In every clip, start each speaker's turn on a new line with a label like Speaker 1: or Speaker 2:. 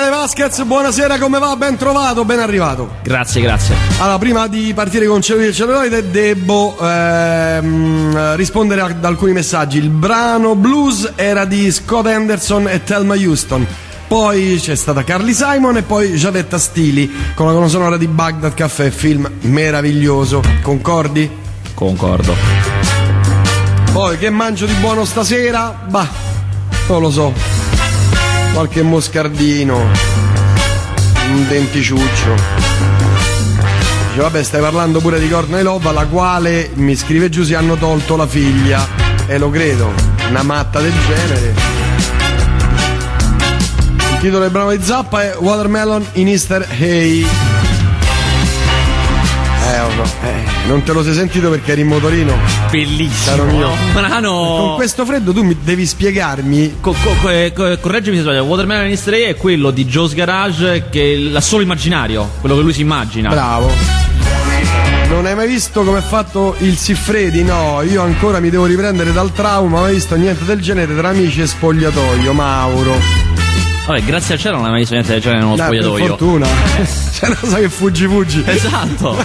Speaker 1: Emanuele Vasquez, buonasera, come va? Ben trovato, ben arrivato.
Speaker 2: Grazie.
Speaker 1: Allora, prima di partire con Cielo del Celuloide devo rispondere ad alcuni messaggi. Il brano blues era di Scott Henderson e Thelma Houston. Poi c'è stata Carly Simon e poi Giavetta Stili con la colonna sonora di Baghdad Café, film meraviglioso. Concordi?
Speaker 2: Concordo.
Speaker 1: Poi che mangio di buono stasera? Bah, non lo so. Qualche moscardino, un denticciuccio. Dice, vabbè, stai parlando pure di Courtney Love, alla quale, mi scrive Giusy, hanno tolto la figlia. E lo credo, una matta del genere. Il titolo del brano di Zappa è Watermelon in Easter Hay. Non te lo sei sentito perché eri in motorino.
Speaker 2: Bellissimo.
Speaker 1: Caro mio.
Speaker 2: Brano.
Speaker 1: Con questo freddo tu mi devi spiegarmi.
Speaker 2: Correggimi se sbaglio. Watermelon in Easter Hay è quello di Joe's Garage, che l'ha solo immaginario, quello che lui si immagina.
Speaker 1: Bravo. Non hai mai visto come è fatto il Siffredi? No, io ancora mi devo riprendere dal trauma. Non ho mai visto niente del genere tra amici e spogliatoio. Mauro.
Speaker 2: Vabbè, grazie al cielo non hai mai visto niente del genere nello spogliatoio.
Speaker 1: Per fortuna. C'è una cosa che fuggi.
Speaker 2: Esatto.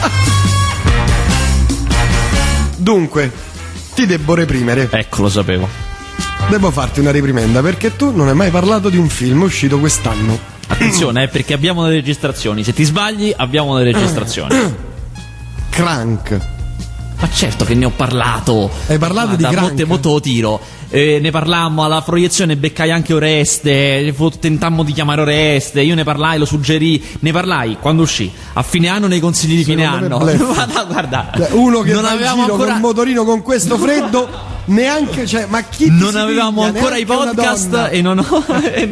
Speaker 1: Dunque, ti devo reprimere.
Speaker 2: Ecco, lo sapevo.
Speaker 1: Devo farti una reprimenda perché tu non hai mai parlato di un film uscito quest'anno.
Speaker 2: Attenzione, perché abbiamo delle registrazioni. Se ti sbagli, abbiamo delle registrazioni.
Speaker 1: Crank.
Speaker 2: Ma certo che ne ho parlato.
Speaker 1: Hai parlato di Crank?
Speaker 2: Molto lo tiro. Ne parlammo alla proiezione, beccai anche Oreste, tentammo di chiamare Oreste, io ne parlai, lo suggerì, ne parlai quando uscì a fine anno, nei consigli di fine anno. Guarda,
Speaker 1: uno che
Speaker 2: non
Speaker 1: va in
Speaker 2: avevamo
Speaker 1: giro
Speaker 2: ancora
Speaker 1: con un motorino con questo freddo, neanche, cioè, ma chi
Speaker 2: non avevamo ancora i podcast e non ho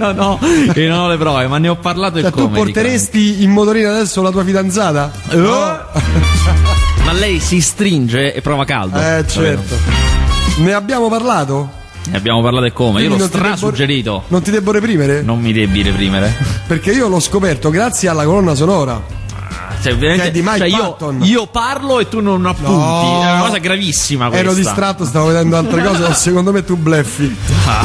Speaker 2: le prove, ma ne ho parlato,
Speaker 1: cioè,
Speaker 2: e come.
Speaker 1: Tu porteresti in motorino adesso la tua fidanzata? No.
Speaker 2: Ma lei si stringe e prova caldo.
Speaker 1: Certo. Ne abbiamo parlato?
Speaker 2: Ne abbiamo parlato, e come?
Speaker 1: Quindi
Speaker 2: io l'ho strasuggerito.
Speaker 1: Non ti devo reprimere?
Speaker 2: Non mi devi reprimere.
Speaker 1: Perché io l'ho scoperto grazie alla colonna sonora.
Speaker 2: Cioè,
Speaker 1: che è di Mike Patton.
Speaker 2: Io parlo e tu non appunti.
Speaker 1: No.
Speaker 2: È una cosa gravissima questa.
Speaker 1: Ero distratto, stavo vedendo altre cose. Secondo me tu bleffi.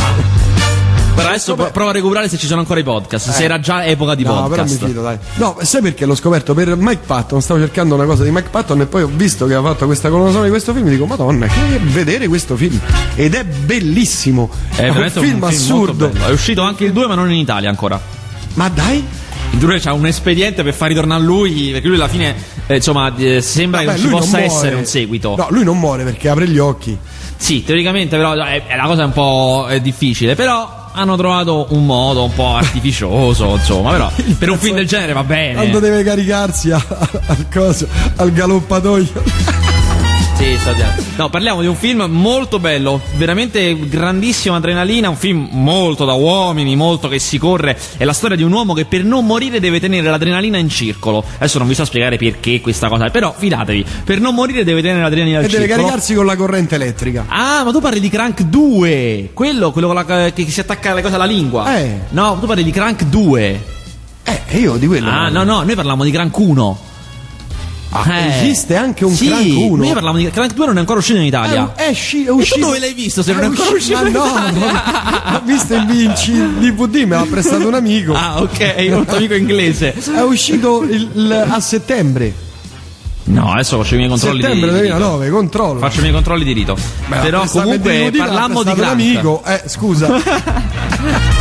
Speaker 2: Però adesso prova a recuperare se ci sono ancora i podcast. Se era già epoca di podcast.
Speaker 1: Però mi fido, dai. No, sai perché l'ho scoperto? Per Mike Patton. Stavo cercando una cosa di Mike Patton e poi ho visto che aveva fatto questa colonna sonora di questo film. E dico, madonna, che vedere questo film. Ed è bellissimo. È un film assurdo.
Speaker 2: È uscito anche il 2, ma non in Italia ancora.
Speaker 1: Ma dai?
Speaker 2: Il 2 c'ha un espediente per far ritornare lui, perché lui alla fine sembra che non ci possa essere un seguito.
Speaker 1: No, lui non muore perché apre gli occhi.
Speaker 2: Sì, teoricamente, però la cosa è un po' difficile. Però hanno trovato un modo un po' artificioso, insomma, però per un film del genere va bene.
Speaker 1: Quando deve caricarsi al galoppatoio.
Speaker 2: Sì, no, parliamo di un film molto bello, veramente grandissima adrenalina, un film molto da uomini, molto che si corre. È la storia di un uomo che per non morire deve tenere l'adrenalina in circolo. Adesso non vi so spiegare perché questa cosa, però fidatevi, per non morire deve tenere l'adrenalina in circolo. E deve caricarsi
Speaker 1: con la corrente elettrica.
Speaker 2: Ah, ma tu parli di Crank 2, quello che si attacca alle cose alla lingua. No, tu parli di Crank 2.
Speaker 1: Io di quello.
Speaker 2: Ah, no, noi parliamo di Crank 1.
Speaker 1: Esiste anche un Crank 1.
Speaker 2: Noi parliamo di Crank 2, non è ancora uscito in Italia.
Speaker 1: È uscito.
Speaker 2: E tu dove l'hai visto se non è ancora uscito in Italia?
Speaker 1: L'ho visto in DVD, me l'ha prestato un amico.
Speaker 2: Ah, ok, un tuo amico inglese.
Speaker 1: È uscito a settembre.
Speaker 2: No, adesso faccio i miei controlli
Speaker 1: settembre 2009, controllo.
Speaker 2: Faccio i miei controlli di rito. Però comunque parlammo di Crank.
Speaker 1: Amico, scusa.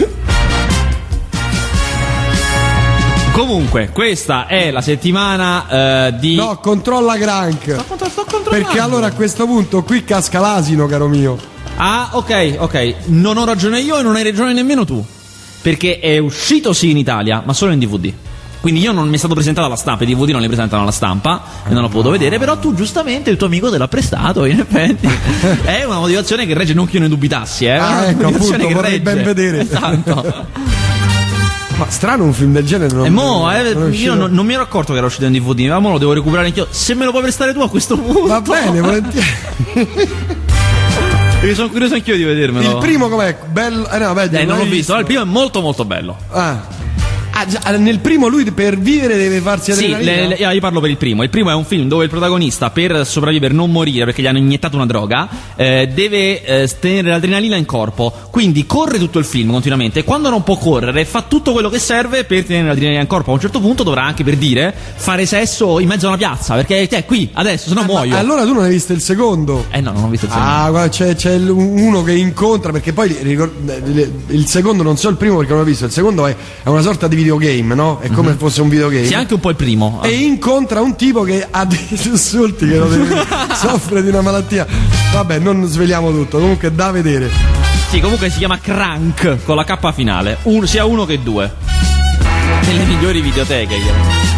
Speaker 2: Comunque, questa è la settimana di...
Speaker 1: No, controlla Crank.
Speaker 2: Sto controllando.
Speaker 1: Perché allora a questo punto qui casca l'asino, caro mio.
Speaker 2: Ah, ok. Non ho ragione io e non hai ragione nemmeno tu. Perché è uscito sì in Italia, ma solo in DVD. Quindi io non mi è stato presentato alla stampa, i DVD non li presentano alla stampa e non l'ho potuto vedere, però tu giustamente il tuo amico te l'ha prestato, in effetti. È una motivazione che regge, non che io ne dubitassi,
Speaker 1: ecco, appunto, vorrei ben vedere.
Speaker 2: Esatto.
Speaker 1: Ma strano un film del genere.
Speaker 2: Io non mi ero accorto che era uscito in DVD, ma mo lo devo recuperare anch'io. Se me lo puoi prestare tu a questo punto.
Speaker 1: Va bene, volentieri.
Speaker 2: Perché sono curioso anch'io di vedermelo.
Speaker 1: Il primo com'è? Bello?
Speaker 2: Non l'ho visto. Il primo è molto molto bello.
Speaker 1: Nel primo lui per vivere deve farsi adrenalina?
Speaker 2: Io parlo per il primo. Il primo è un film dove il protagonista, per sopravvivere, non morire perché gli hanno iniettato una droga, deve tenere l'adrenalina in corpo, quindi corre tutto il film continuamente, e quando non può correre fa tutto quello che serve per tenere l'adrenalina in corpo. A un certo punto dovrà anche, per dire, fare sesso in mezzo a una piazza, perché qui adesso, se no muoio.
Speaker 1: Allora tu non hai visto il secondo?
Speaker 2: No, non ho visto il secondo.
Speaker 1: Guarda, c'è uno che incontra, perché poi il secondo, non so il primo perché non l'ho visto, il secondo è una sorta di videogame, no? È come fosse un videogame.
Speaker 2: Sì, anche un po' il primo.
Speaker 1: E incontra un tipo che ha dei sussulti, che soffre di una malattia. Vabbè, non sveliamo tutto, comunque da vedere.
Speaker 2: Sì, comunque si chiama Crank con la K finale, sia uno che due. Nelle migliori videoteche, chiaramente.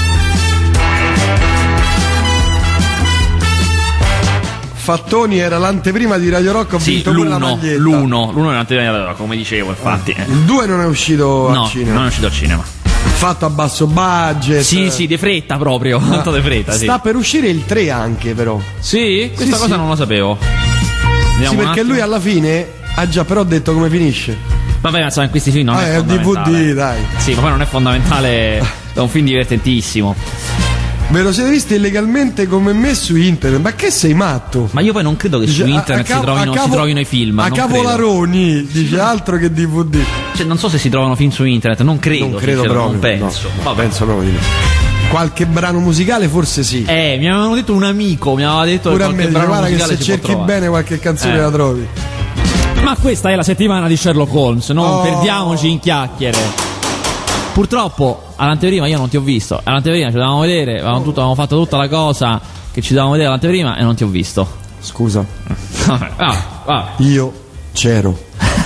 Speaker 1: Fattoni era l'anteprima di Radio Rock, ho vinto pure la maglietta.
Speaker 2: L'uno è l'anteprima di Radio Rock, come dicevo, infatti.
Speaker 1: Il 2 non è uscito al cinema.
Speaker 2: No, non è uscito al cinema.
Speaker 1: Fatto a basso budget.
Speaker 2: Sì, di fretta proprio, tanto di fretta, sì.
Speaker 1: Sta per uscire il 3 anche, però.
Speaker 2: Sì? Questa cosa non la sapevo.
Speaker 1: Sì, perché lui alla fine ha già però detto come finisce.
Speaker 2: Vabbè, ma insomma, in questi film non è fondamentale.
Speaker 1: DVD, dai.
Speaker 2: Sì, ma poi non è fondamentale, è un film divertentissimo.
Speaker 1: Ve lo siete visti illegalmente come me su internet? Ma che sei matto?
Speaker 2: Ma io poi non credo che su internet si trovino i film.
Speaker 1: A Cavolaroni, dice altro che DVD.
Speaker 2: Cioè, non so se si trovano film su internet, non credo.
Speaker 1: Non credo proprio.
Speaker 2: Non penso.
Speaker 1: No, penso proprio di no. Qualche brano musicale forse sì.
Speaker 2: Mi avevano detto un amico, mi aveva detto
Speaker 1: pure
Speaker 2: che qualche brano
Speaker 1: guarda
Speaker 2: musicale
Speaker 1: che se cerchi bene qualche canzone la trovi.
Speaker 2: Ma questa è la settimana di Sherlock Holmes, non perdiamoci in chiacchiere. Purtroppo all'anteprima io non ti ho visto. All'anteprima ci dovevamo vedere, avevamo fatto tutta la cosa che ci dovevamo vedere all'anteprima e non ti ho visto.
Speaker 1: Scusa. Io c'ero.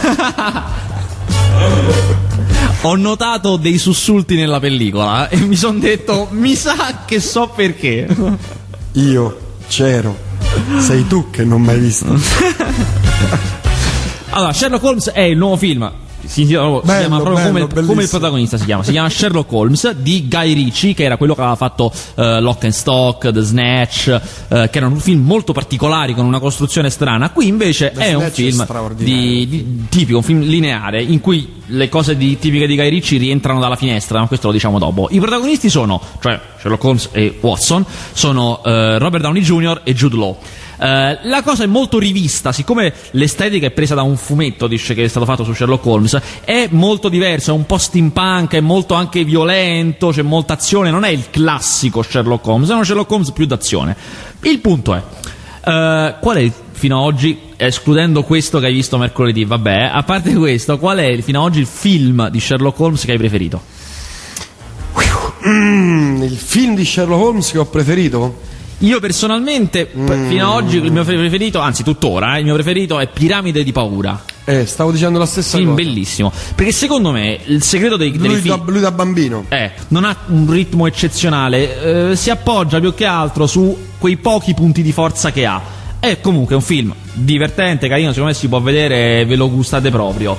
Speaker 2: Ho notato dei sussulti nella pellicola e mi sono detto, mi sa che so perché.
Speaker 1: Io c'ero. Sei tu che non mi hai visto.
Speaker 2: Allora, Sherlock Holmes è il nuovo film. Si chiama proprio come il protagonista si chiama Sherlock Holmes di Guy Ritchie, che era quello che aveva fatto Lock and Stock, The Snatch, che erano film molto particolari con una costruzione strana. Qui invece è un film tipico, un film lineare in cui le cose tipiche di Guy Ritchie rientrano dalla finestra, ma questo lo diciamo dopo. I protagonisti sono, cioè Sherlock Holmes e Watson, sono Robert Downey Jr. e Jude Law. La cosa è molto rivista, siccome l'estetica è presa da un fumetto, dice, che è stato fatto su Sherlock Holmes, è molto diverso, è un po' steampunk, è molto anche violento, c'è molta azione, non è il classico Sherlock Holmes, è uno Sherlock Holmes più d'azione. Il punto è, qual è fino ad oggi, escludendo questo che hai visto mercoledì, vabbè, a parte questo, qual è fino ad oggi il film di Sherlock Holmes che hai preferito?
Speaker 1: Il film di Sherlock Holmes che ho preferito?
Speaker 2: Io personalmente, fino ad oggi, il mio preferito, anzi tuttora, il mio preferito è Piramide di paura.
Speaker 1: Stavo dicendo la stessa
Speaker 2: cosa.
Speaker 1: Film
Speaker 2: bellissimo. Perché secondo me il segreto dei film,
Speaker 1: lui da bambino
Speaker 2: non ha un ritmo eccezionale, si appoggia più che altro su quei pochi punti di forza che ha. È comunque un film divertente, carino, secondo me si può vedere, ve lo gustate proprio.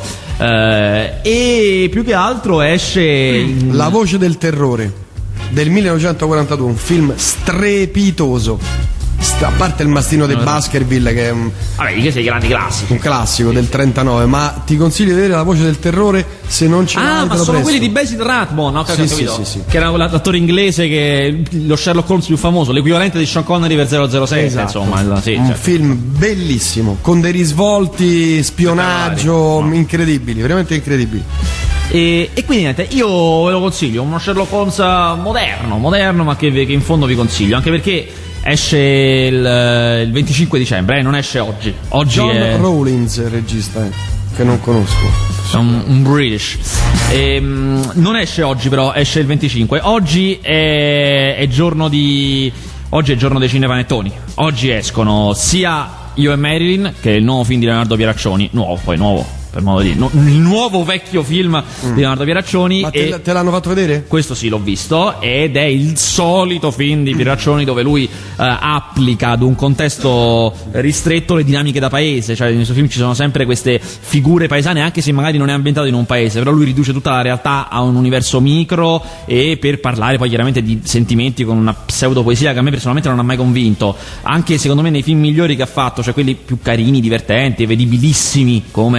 Speaker 2: E più che altro esce
Speaker 1: La voce del terrore del 1942, un film strepitoso. A parte il mastino dei Baskerville, che è
Speaker 2: che sei grandi classici,
Speaker 1: un classico del 39, ma ti consiglio di vedere La voce del terrore se non ce l'hai.
Speaker 2: Ma sono quelli di Basil Rathbone, no?
Speaker 1: Sì.
Speaker 2: Che era l'attore inglese, che lo Sherlock Holmes più famoso, l'equivalente di Sean Connery per 007,
Speaker 1: esatto.
Speaker 2: Insomma,
Speaker 1: un film bellissimo, con dei risvolti, spionaggio incredibibili, veramente incredibili.
Speaker 2: E quindi niente, io ve lo consiglio, uno Sherlock Holmes moderno, ma che in fondo vi consiglio, anche perché esce il 25 dicembre, non esce oggi.
Speaker 1: John Rawlins è il regista, che non conosco.
Speaker 2: È un British. Non esce oggi, però esce il 25. Oggi è giorno dei cinepanettoni. Oggi escono sia Io e Marilyn, che è il nuovo film di Leonardo Pieraccioni, nuovo per modo di dire, il nuovo vecchio film di Leonardo Pieraccioni.
Speaker 1: Ma te l'hanno fatto vedere?
Speaker 2: Questo sì, l'ho visto, ed è il solito film di Pieraccioni dove lui applica ad un contesto ristretto le dinamiche da paese, cioè nei suoi film ci sono sempre queste figure paesane, anche se magari non è ambientato in un paese, però lui riduce tutta la realtà a un universo micro, e per parlare poi chiaramente di sentimenti con una pseudo poesia che a me personalmente non ha mai convinto, anche secondo me nei film migliori che ha fatto, cioè quelli più carini, divertenti, vedibilissimi come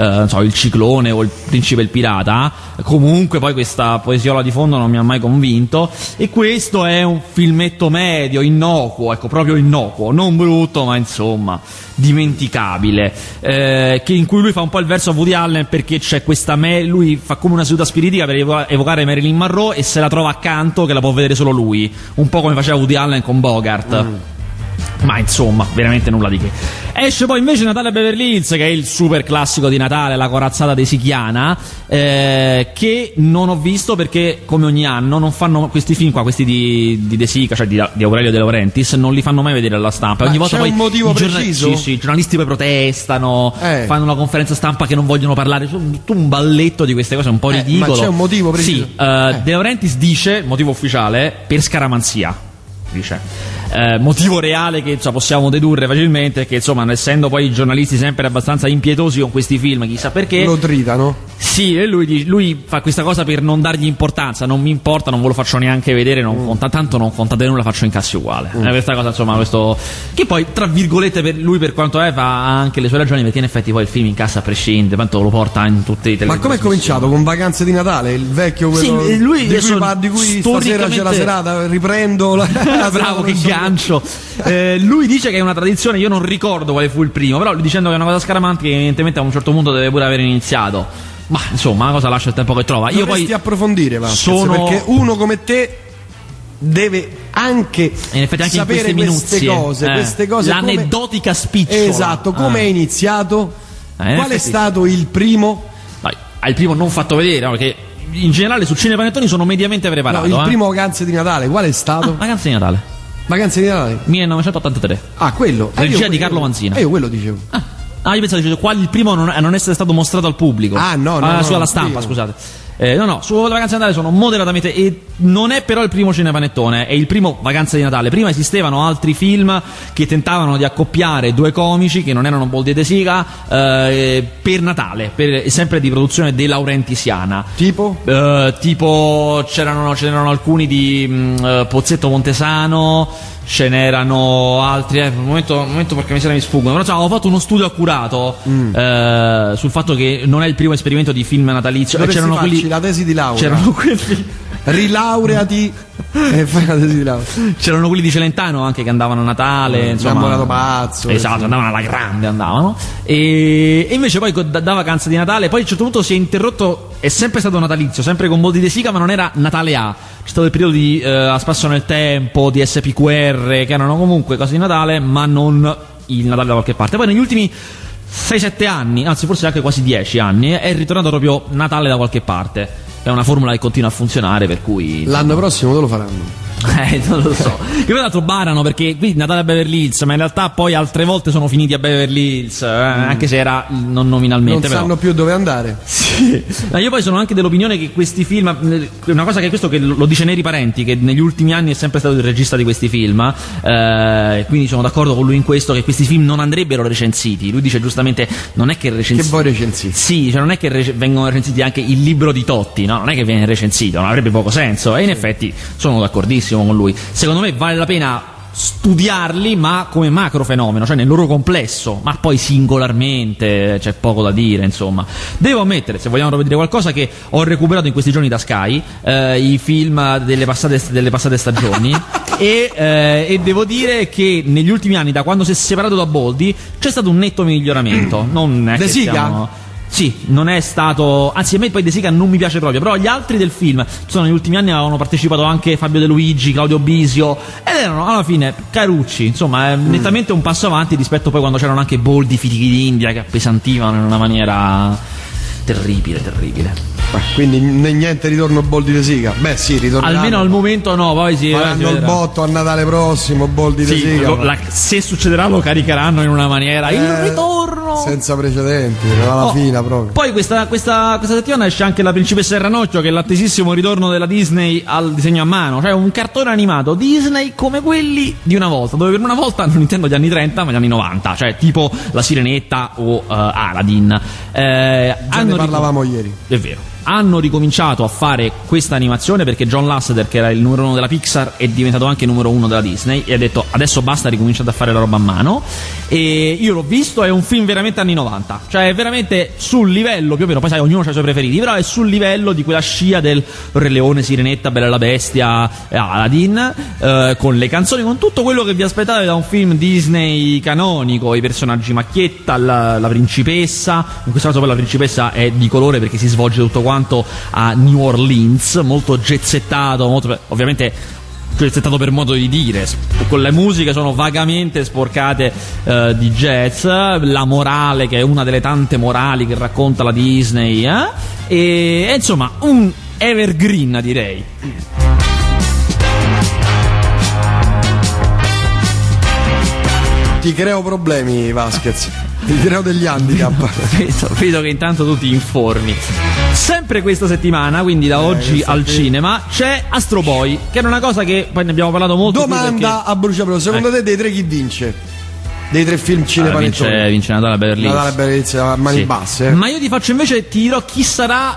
Speaker 2: non so, Il Ciclone o Il Principe e il Pirata. Comunque poi questa poesiola di fondo non mi ha mai convinto, e questo è un filmetto medio, innocuo, ecco, proprio innocuo, non brutto ma insomma dimenticabile, che in cui lui fa un po' il verso a Woody Allen, perché c'è questa lui fa come una seduta spiritica per evocare Marilyn Monroe e se la trova accanto che la può vedere solo lui, un po' come faceva Woody Allen con Bogart. Ma insomma, veramente nulla di che. Esce poi invece Natale a Beverly Hills, che è il super classico di Natale, la corazzata desichiana, che non ho visto perché come ogni anno non fanno questi film qua, questi di De Sica, cioè di Aurelio De Laurentiis, non li fanno mai vedere alla stampa. Ogni volta
Speaker 1: c'è
Speaker 2: poi
Speaker 1: un motivo preciso?
Speaker 2: Sì, i giornalisti poi protestano, fanno una conferenza stampa che non vogliono parlare, tutto un balletto di queste cose un po' ridicolo.
Speaker 1: Ma c'è un motivo preciso?
Speaker 2: Sì, De Laurentiis dice, motivo ufficiale, per scaramanzia, dice. Motivo reale che possiamo dedurre facilmente è che insomma, essendo poi i giornalisti sempre abbastanza impietosi con questi film, chissà perché
Speaker 1: lo tritano.
Speaker 2: Sì, e lui fa questa cosa per non dargli importanza. Non mi importa, non ve lo faccio neanche vedere, non conta, tanto non contate nulla, faccio incassi uguale. Questa cosa, insomma, questo che poi tra virgolette per lui, per quanto è, fa anche le sue ragioni, perché in effetti poi il film incassa a prescindere, tanto lo porta in tutte le
Speaker 1: Ma come è cominciato? Con Vacanze di Natale, il vecchio quello
Speaker 2: sì, lui
Speaker 1: di cui stasera c'è la serata, riprendo la
Speaker 2: bravo, che gancio. Lui dice che è una tradizione, io non ricordo quale fu il primo, però lui dicendo che è una cosa scaramantica, che evidentemente a un certo punto deve pure aver iniziato. Ma insomma, una cosa lascia il tempo che trova. Io poi
Speaker 1: approfondire, perché uno come te deve anche sapere queste cose,
Speaker 2: l'aneddotica spicciola.
Speaker 1: Esatto, come è iniziato? Qual è stato il primo?
Speaker 2: Il primo non fatto vedere, perché in generale su Cinepanettoni sono mediamente preparato.
Speaker 1: No, il primo Vacanze di Natale, qual è stato?
Speaker 2: Vacanze di Natale.
Speaker 1: Vacanze di Natale
Speaker 2: 1983.
Speaker 1: Ah, quello.
Speaker 2: Regia di Carlo Manzina.
Speaker 1: Io quello dicevo.
Speaker 2: Io pensavo qual il primo a non essere stato mostrato al pubblico. Sulla stampa, scusate. Su Vacanze di Natale sono moderatamente, e non è però il primo cinepanettone, è il primo Vacanze di Natale. Prima esistevano altri film che tentavano di accoppiare due comici che non erano Boldi e De Sica per Natale, sempre di produzione de Laurentisiana.
Speaker 1: Tipo
Speaker 2: c'erano alcuni di Pozzetto Montesano, ce n'erano altri, un momento perché mi sfuggono, però avevo fatto uno studio accurato sul fatto che non è il primo esperimento di film natalizio.
Speaker 1: C'erano la tesi di laurea,
Speaker 2: c'erano quelli
Speaker 1: rilaureati e fai la tesi di laurea.
Speaker 2: C'erano quelli di Celentano anche che andavano a Natale, insomma,
Speaker 1: Innamorato pazzo,
Speaker 2: esatto, andavano alla grande, e invece poi da Vacanze di Natale poi a un certo punto si è interrotto. È sempre stato natalizio, sempre con Boldi De Sica, ma non era Natale A. C'è stato il periodo di A Spasso nel Tempo, di SPQR, che erano comunque cose di Natale, ma non il Natale da qualche parte. Poi negli ultimi 6-7 anni, anzi forse anche quasi 10 anni, è ritornato proprio Natale da qualche parte. È una formula che continua a funzionare, per cui
Speaker 1: l'anno prossimo dove lo faranno?
Speaker 2: Non lo so. Che poi l'altro barano, perché qui Natale a Beverly Hills, ma in realtà poi altre volte sono finiti a Beverly Hills, anche se era non nominalmente.
Speaker 1: Non sanno più dove andare.
Speaker 2: Sì. Ma io poi sono anche dell'opinione che questi film, una cosa che questo che lo dice Neri Parenti, che negli ultimi anni è sempre stato il regista di questi film, quindi sono d'accordo con lui in questo, che questi film non andrebbero recensiti. Lui dice giustamente, non è che
Speaker 1: Che vuoi recensiti?
Speaker 2: Sì, cioè non è che vengono recensiti anche il libro di Totti, no? Non è che viene recensito, non avrebbe poco senso. E in effetti sono d'accordissimo con lui. Secondo me vale la pena studiarli, ma come macro fenomeno, cioè nel loro complesso, ma poi singolarmente c'è poco da dire, insomma. Devo ammettere, se vogliamo vedere qualcosa, che ho recuperato in questi giorni da Sky i film delle passate stagioni e devo dire che negli ultimi anni, da quando si è separato da Boldi, c'è stato un netto miglioramento. Non è
Speaker 1: De
Speaker 2: che
Speaker 1: Sica?
Speaker 2: Sì, non è stato. Anzi, a me poi De Sica non mi piace proprio. Però gli altri del film, negli ultimi anni avevano partecipato anche Fabio De Luigi, Claudio Bisio, ed erano alla fine carucci. Insomma, è nettamente un passo avanti rispetto poi quando c'erano anche Boldi, Fitichi d'India, che appesantivano in una maniera terribile.
Speaker 1: Quindi niente ritorno Boldi De Sica. Beh sì, ritorneranno.
Speaker 2: Almeno al momento no, poi si
Speaker 1: faranno il botto a Natale prossimo, Boldi De Sica.
Speaker 2: Se succederà lo caricheranno in una maniera il ritorno
Speaker 1: senza precedenti, alla fine proprio.
Speaker 2: Poi questa settimana esce anche La Principessa e il Ranocchio, che è l'attesissimo ritorno della Disney al disegno a mano, cioè un cartone animato Disney come quelli di una volta, dove per una volta non intendo gli anni 30 ma gli anni 90, cioè tipo La Sirenetta o Aladdin.
Speaker 1: Ne parlavamo ieri.
Speaker 2: È vero. Hanno ricominciato a fare questa animazione perché John Lasseter, che era il numero 1 della Pixar, è diventato anche numero 1 della Disney, e ha detto adesso basta, ricominciate a fare la roba a mano. E io l'ho visto, è un film veramente anni 90, cioè è veramente sul livello più o meno, poi sai ognuno ha i suoi preferiti, però è sul livello di quella scia del Re Leone, Sirenetta, Bella la Bestia, Aladdin, con le canzoni, con tutto quello che vi aspettate da un film Disney canonico, i personaggi macchietta, la principessa, in questo caso poi la principessa è di colore perché si svolge tutto quanto a New Orleans, molto jet-settato, molto, ovviamente jet-settato per modo di dire, con le musiche sono vagamente sporcate di jazz, la morale che è una delle tante morali che racconta la Disney, e insomma un evergreen, direi.
Speaker 1: Ti creo problemi, Vasquez. Ti creo degli handicap.
Speaker 2: Vedo che intanto tu ti informi. Sempre questa settimana, quindi da oggi al cinema, c'è Astro Boy, che è una cosa che poi ne abbiamo parlato molto.
Speaker 1: Domanda a bruciapelo, secondo te dei tre chi vince? Dei tre film cinepanettoni?
Speaker 2: Vince Natale a Beverly Hills.
Speaker 1: Natale a Beverly Hills a mani basse.
Speaker 2: Ma io ti faccio invece, ti dirò chi sarà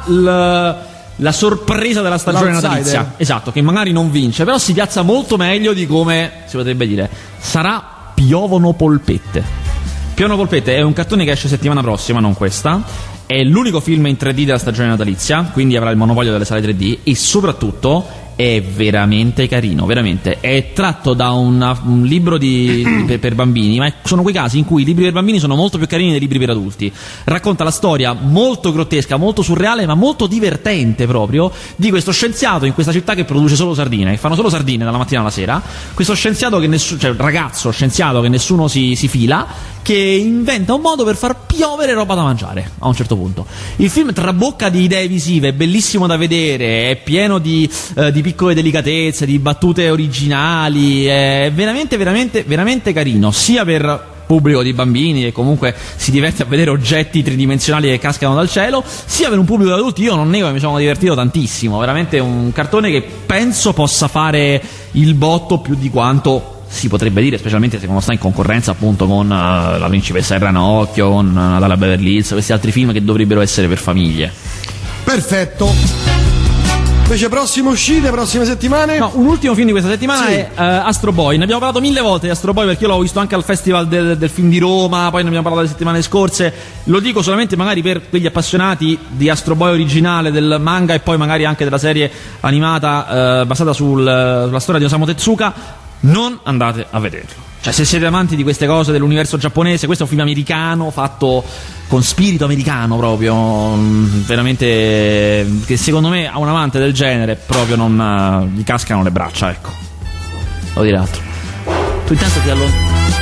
Speaker 2: la sorpresa della stagione natalizia. Esatto, che magari non vince, però si piazza molto meglio di come si potrebbe dire. Sarà Piovono Polpette. Piovono Polpette è un cartone che esce settimana prossima, non questa. È l'unico film in 3D della stagione natalizia, quindi avrà il monopolio delle sale 3D e soprattutto è veramente carino, veramente. È tratto da un libro per bambini, ma sono quei casi in cui i libri per bambini sono molto più carini dei libri per adulti. Racconta la storia molto grottesca, molto surreale, ma molto divertente proprio, di questo scienziato in questa città che produce solo sardine, che fanno solo sardine dalla mattina alla sera. Questo scienziato cioè ragazzo scienziato che nessuno si fila, che inventa un modo per far piovere roba da mangiare a un certo punto. Il film trabocca di idee visive, è bellissimo da vedere, è pieno di piccole delicatezze, di battute originali, è veramente veramente veramente carino, sia per pubblico di bambini che comunque si diverte a vedere oggetti tridimensionali che cascano dal cielo, sia per un pubblico di adulti. Io non nego che mi sono divertito tantissimo, veramente un cartone che penso possa fare il botto più di quanto si potrebbe dire, specialmente se quando sta in concorrenza appunto con La principessa e il ranocchio, con Natale a Beverly Hills, questi altri film che dovrebbero essere per famiglie.
Speaker 1: Perfetto. Invece prossime uscite, prossime settimane?
Speaker 2: No, un ultimo film di questa settimana è Astro Boy. Ne abbiamo parlato 1000 volte di Astro Boy perché io l'ho visto anche al Festival del film di Roma, poi ne abbiamo parlato le settimane scorse. Lo dico solamente magari per quegli appassionati di Astro Boy originale, del manga e poi magari anche della serie animata basata sulla storia di Osamu Tezuka. Non andate a vederlo. Cioè, se siete amanti di queste cose dell'universo giapponese, questo è un film americano fatto con spirito americano proprio, veramente, che secondo me a un amante del genere proprio non gli cascano le braccia, ecco. Devo dire altro. Tu intanto ti allontani.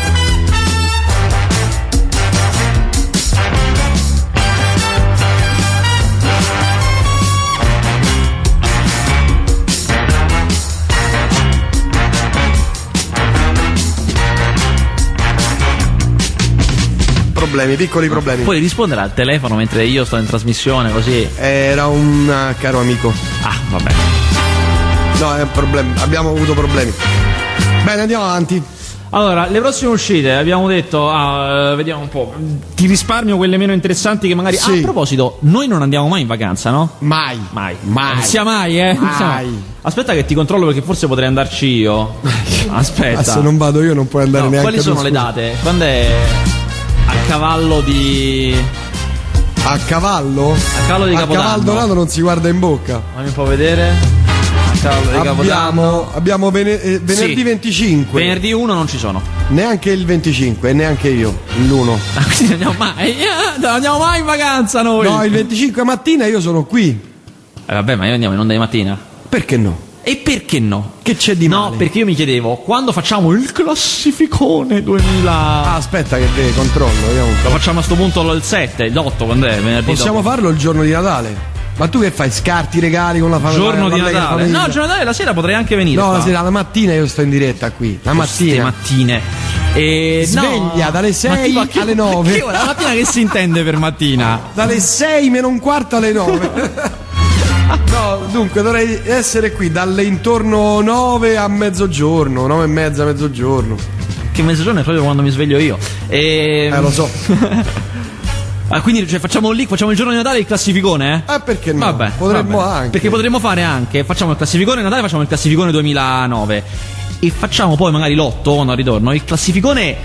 Speaker 1: Piccoli problemi.
Speaker 2: Puoi rispondere al telefono mentre io sto in trasmissione, così?
Speaker 1: Era un caro amico.
Speaker 2: Ah, vabbè.
Speaker 1: No, è un problema. Abbiamo avuto problemi. Bene, andiamo avanti.
Speaker 2: Allora, le prossime uscite abbiamo detto, vediamo un po'. Ti risparmio quelle meno interessanti che magari.
Speaker 1: Sì.
Speaker 2: A proposito, noi non andiamo mai in vacanza, no?
Speaker 1: Mai.
Speaker 2: Non sia mai,
Speaker 1: Mai.
Speaker 2: Aspetta che ti controllo perché forse potrei andarci io. Aspetta.
Speaker 1: Se non vado io non puoi andare neanche
Speaker 2: Quali sono
Speaker 1: tu,
Speaker 2: le
Speaker 1: scusa.
Speaker 2: date? Quando è a cavallo di
Speaker 1: A cavallo?
Speaker 2: A cavallo di Capodanno.
Speaker 1: A cavallo non si guarda in bocca.
Speaker 2: Fammi un po' vedere. A cavallo di Capodanno.
Speaker 1: Abbiamo venerdì
Speaker 2: Sì.
Speaker 1: 25.
Speaker 2: Venerdì 1 non ci sono.
Speaker 1: Neanche il 25 e neanche io l'1.
Speaker 2: Ah, quindi non andiamo mai in vacanza noi.
Speaker 1: No, il 25 mattina io sono qui.
Speaker 2: Vabbè, ma io andiamo in onda di mattina.
Speaker 1: Perché no?
Speaker 2: E perché no?
Speaker 1: Che c'è di male?
Speaker 2: No, perché io mi chiedevo, quando facciamo il classificone 2000...
Speaker 1: Ah, aspetta che controllo.
Speaker 2: Lo facciamo a sto punto il 7, l'8, quando è? Venerdì
Speaker 1: Possiamo
Speaker 2: dopo.
Speaker 1: farlo il giorno di Natale. Ma tu che fai? Scarti i regali con la famiglia?
Speaker 2: Giorno di Natale. No, il giorno di Natale la sera potrei anche venire.
Speaker 1: No,
Speaker 2: qua.
Speaker 1: la sera, la mattina io sto in diretta qui. La
Speaker 2: Queste
Speaker 1: mattina.
Speaker 2: mattine.
Speaker 1: Sveglia dalle 6 alle 9.
Speaker 2: Che ora? La mattina che si intende per mattina?
Speaker 1: Dalle 6 meno un quarto alle 9. No, dunque dovrei essere qui dalle intorno 9 a mezzogiorno, 9 e mezza, mezzogiorno.
Speaker 2: Che mezzogiorno è proprio quando mi sveglio io.
Speaker 1: Lo so.
Speaker 2: Ah, quindi cioè, facciamo il giorno di Natale il classificone, eh?
Speaker 1: Perché no?
Speaker 2: Vabbè,
Speaker 1: Potremmo
Speaker 2: vabbè.
Speaker 1: anche.
Speaker 2: Perché potremmo fare anche, facciamo il classificone Natale, facciamo il classificone 2009 e facciamo poi magari l'8 quando ritorno, il classificone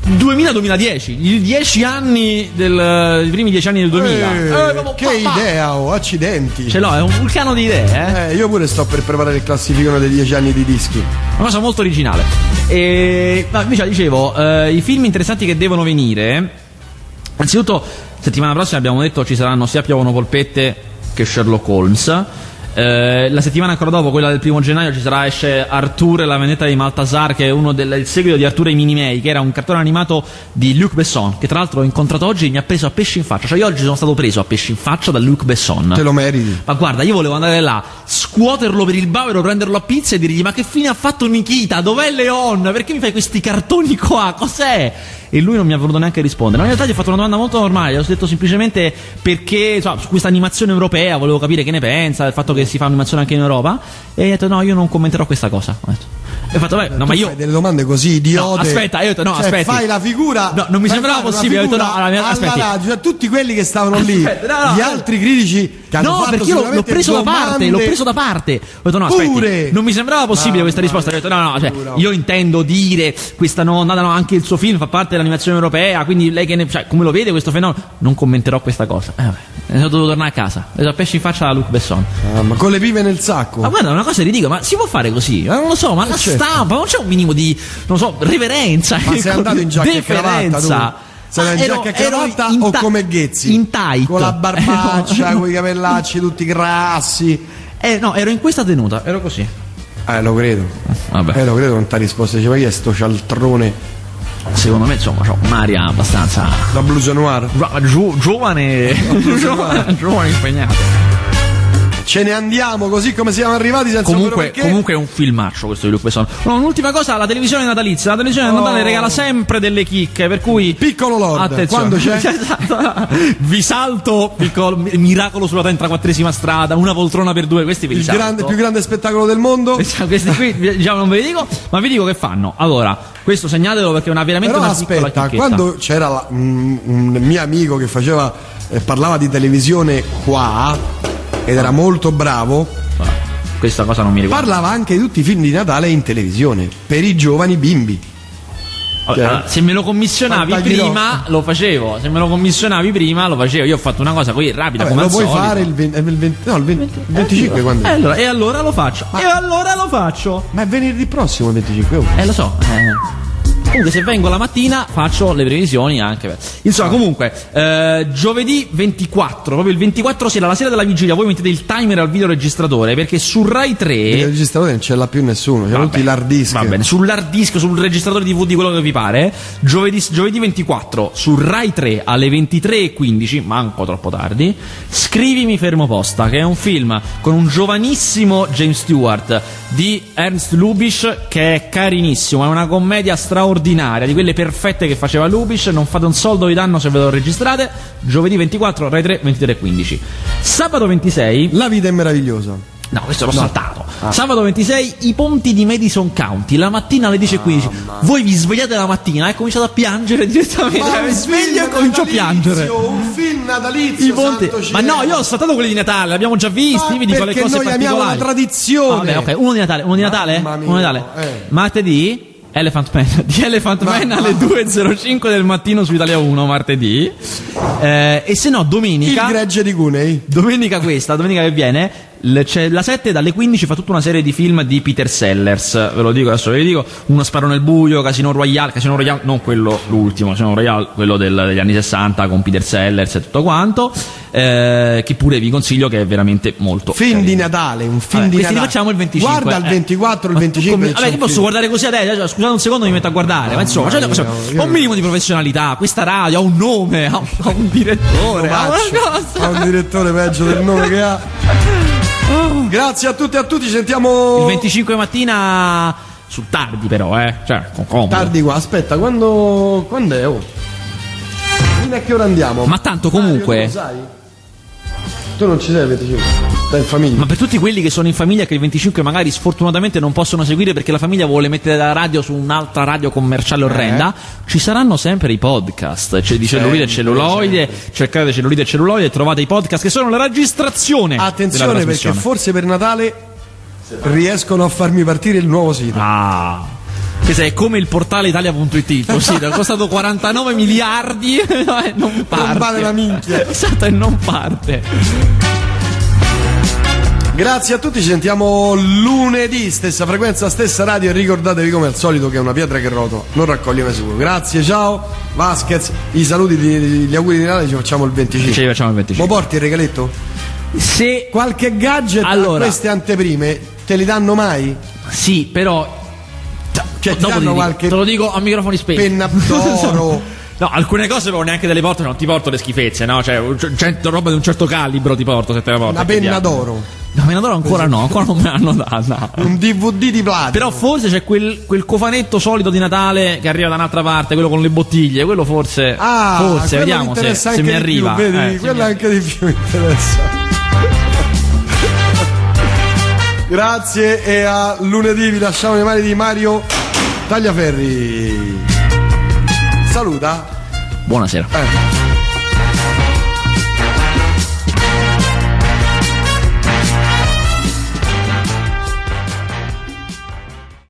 Speaker 2: 2000-2010, i 10 anni i primi 10 anni del 2000.
Speaker 1: Che idea, accidenti.
Speaker 2: Ce l'ho, è un vulcano di idee,
Speaker 1: Io pure sto per preparare il classificone dei 10 anni di dischi.
Speaker 2: Una cosa molto originale. Invece dicevo, i film interessanti che devono venire. Anzitutto, settimana prossima abbiamo detto ci saranno sia Piovono polpette che Sherlock Holmes. La settimana ancora dopo, quella del 1 gennaio, esce Arthur e la vendetta di Maltasar, che è il seguito di Arthur e i Minimei, che era un cartone animato di Luc Besson, che tra l'altro ho incontrato oggi e mi ha preso a pesci in faccia. Cioè io oggi sono stato preso a pesci in faccia da Luc Besson.
Speaker 1: Te lo meriti.
Speaker 2: Ma guarda, io volevo andare là, scuoterlo per il bavero, prenderlo a pizza e dirgli: ma che fine ha fatto Nikita? Dov'è Leon? Perché mi fai questi cartoni qua? Cos'è? E lui non mi ha voluto neanche rispondere. Ma in realtà gli ho fatto una domanda molto normale. Gli ho detto semplicemente perché, su questa animazione europea, volevo capire che ne pensa del fatto che si fa animazione anche in Europa. E ha detto: no, io non commenterò questa cosa. Ho fatto: beh, no, ma io
Speaker 1: fai delle domande così idiote.
Speaker 2: No, aspetta, io ho detto: no, aspetti.
Speaker 1: Fai la figura.
Speaker 2: No, non mi sembrava possibile. Ho detto: no, aspetti.
Speaker 1: Cioè, tutti quelli che stavano lì, gli altri critici che hanno fatto,
Speaker 2: perché io l'ho preso da parte. Ho detto: no, aspetti. Non mi sembrava possibile questa risposta. Ho detto: no, cioè, io intendo dire questa nonna, anche il suo film fa parte dell'animazione europea, quindi lei come lo vede questo fenomeno? Non commenterò questa cosa. Sono dovuto tornare a casa. Ho preso a pesci in faccia da Luc Besson.
Speaker 1: Ma con le pive nel sacco.
Speaker 2: Ma guarda, è una cosa ridicola, ma si può fare così? Ma non lo so, ma la stampa, non c'è un minimo di, non so, reverenza.
Speaker 1: Ma sei andato in giacca e cravatta tu? Sei in giacca e cravatta o come Ghezzi?
Speaker 2: In tight.
Speaker 1: Con la barbaccia, con i capellacci tutti grassi.
Speaker 2: No, ero in questa tenuta, ero così.
Speaker 1: Lo credo.
Speaker 2: Vabbè.
Speaker 1: Lo credo, non ti ha risposto. Diceva: chi è sto cialtrone?
Speaker 2: Secondo me, insomma, c'ho un'aria abbastanza
Speaker 1: la blusa noir.
Speaker 2: Giovane impegnato.
Speaker 1: Ce ne andiamo così come siamo arrivati senza
Speaker 2: comunque è un filmaccio questo di Luc Besson. Un'ultima cosa, la televisione natalizia. La televisione natale regala sempre delle chicche, per cui
Speaker 1: Piccolo Lord,
Speaker 2: attenzione.
Speaker 1: Quando c'è?
Speaker 2: Vi salto Miracolo sulla 34esima strada, Una poltrona per due, questi ve li salto.
Speaker 1: Il più grande spettacolo del mondo.
Speaker 2: Questi qui diciamo non ve li dico, ma vi dico che fanno. Allora, questo segnatelo perché è veramente
Speaker 1: però
Speaker 2: una
Speaker 1: aspetta,
Speaker 2: piccola chicchetta.
Speaker 1: quando c'era un mio amico che parlava di televisione qua ed era molto bravo,
Speaker 2: questa cosa non mi riguarda.
Speaker 1: Parlava anche di tutti i film di Natale in televisione per i giovani bimbi.
Speaker 2: Allora, se me lo commissionavi prima lo facevo. Io ho fatto una cosa qui rapida.
Speaker 1: Vabbè,
Speaker 2: come
Speaker 1: lo puoi
Speaker 2: solito.
Speaker 1: fare il 25 quando?
Speaker 2: E allora lo faccio.
Speaker 1: Ma è venerdì prossimo il 25.
Speaker 2: Lo so. Comunque se vengo la mattina faccio le previsioni anche. Insomma, comunque giovedì 24, proprio il 24 sera, la sera della vigilia, voi mettete il timer al videoregistratore, perché su Rai 3
Speaker 1: il registratore non ce l'ha più nessuno, c'è tutti l'hard disk.
Speaker 2: Va bene, sull'hard disk, sul registratore DVD, quello che vi pare. Giovedì 24 su Rai 3 alle 23:15, manco troppo tardi, Scrivimi fermo posta, che è un film con un giovanissimo James Stewart di Ernst Lubitsch, che è carinissimo, è una commedia straordinaria, di quelle perfette che faceva Lubitsch. Non fate un soldo di danno se ve lo registrate. Giovedì 24 Rai 3 23:15. Sabato 26
Speaker 1: La vita è meravigliosa.
Speaker 2: No, questo l'ho saltato. Sabato 26 I ponti di Madison County, la mattina alle 10:15. Voi vi svegliate la mattina e cominciate a piangere direttamente. Mi sveglio e comincio a piangere.
Speaker 1: Un film natalizio.
Speaker 2: I ponti. Ma no, io ho saltato quelli di Natale, l'abbiamo già visti. Io vi dico le cose
Speaker 1: noi
Speaker 2: particolari.
Speaker 1: amiamo la tradizione.
Speaker 2: Vabbè, ok, uno di Natale. Uno di Natale? Martedì Elephant Man alle 2:05 del mattino su Italia 1 martedì. E se no domenica
Speaker 1: Il gregge di Cunei.
Speaker 2: Domenica che viene c'è la 7 dalle 15, fa tutta una serie di film di Peter Sellers, ve lo dico adesso, ve li dico: Uno sparo nel buio, Casino Royale, non quello l'ultimo, Casino Royale, quello degli anni 60 con Peter Sellers e tutto quanto, che pure vi consiglio, che è veramente molto
Speaker 1: film
Speaker 2: carino.
Speaker 1: Di Natale, un film di
Speaker 2: questi
Speaker 1: Natale.
Speaker 2: Li facciamo il 25.
Speaker 1: Guarda il 24, il 25.
Speaker 2: Vabbè, io posso guardare così adesso, scusate un secondo, mi metto a guardare, ma insomma, ho un minimo di professionalità, questa radio ha un nome, ha un direttore, ha
Speaker 1: un direttore peggio del nome che ha. Grazie a tutti e a tutti, ci sentiamo
Speaker 2: il 25 mattina, su tardi però, cioè con comodo.
Speaker 1: Tardi qua, aspetta, quando è? Fino a che ora andiamo?
Speaker 2: Ma tanto comunque
Speaker 1: lo sai? Tu non ci sei il 25, stai in famiglia.
Speaker 2: Ma per tutti quelli che sono in famiglia, che il 25 magari sfortunatamente non possono seguire perché la famiglia vuole mettere la radio su un'altra radio commerciale orrenda, ci saranno sempre i podcast, cioè di Cellulite e Celluloide. Cercate Cellulite e Celluloide e trovate i podcast che sono la registrazione.
Speaker 1: Attenzione, perché forse per Natale riescono a farmi partire il nuovo sito.
Speaker 2: Questo è come il portale italia.it, il tuo sito, è costato 49 miliardi e non parte.
Speaker 1: Non vale la minchia.
Speaker 2: Esatto, e non parte.
Speaker 1: Grazie a tutti, ci sentiamo lunedì, stessa frequenza, stessa radio, e ricordatevi come al solito che è una pietra che rotola non raccoglie mai sicuro. Grazie, ciao Vasquez, i saluti, gli auguri di Natale ci facciamo il 25.
Speaker 2: Ci facciamo il 25.
Speaker 1: Mo porti il regaletto?
Speaker 2: Se
Speaker 1: qualche gadget a queste anteprime te li danno mai?
Speaker 2: Sì, però
Speaker 1: cioè ti danno qualche,
Speaker 2: te lo dico a microfoni spenti,
Speaker 1: penna d'oro.
Speaker 2: No, alcune cose però neanche delle porto, non ti porto le schifezze, no? Cioè, roba di un certo calibro ti porto, se te la porto.
Speaker 1: Una penna d'oro.
Speaker 2: No, penna d'oro ancora no, ancora non me l'hanno data.
Speaker 1: Un DVD di platino.
Speaker 2: Però forse c'è quel cofanetto solito di Natale che arriva da un'altra parte, quello con le bottiglie, quello forse. Forse, vediamo se mi arriva.
Speaker 1: Più, vedi, quello anche di più interessa. Grazie e a lunedì, vi lasciamo le mani di Mario Tagliaferri. Saluta.
Speaker 2: Buonasera.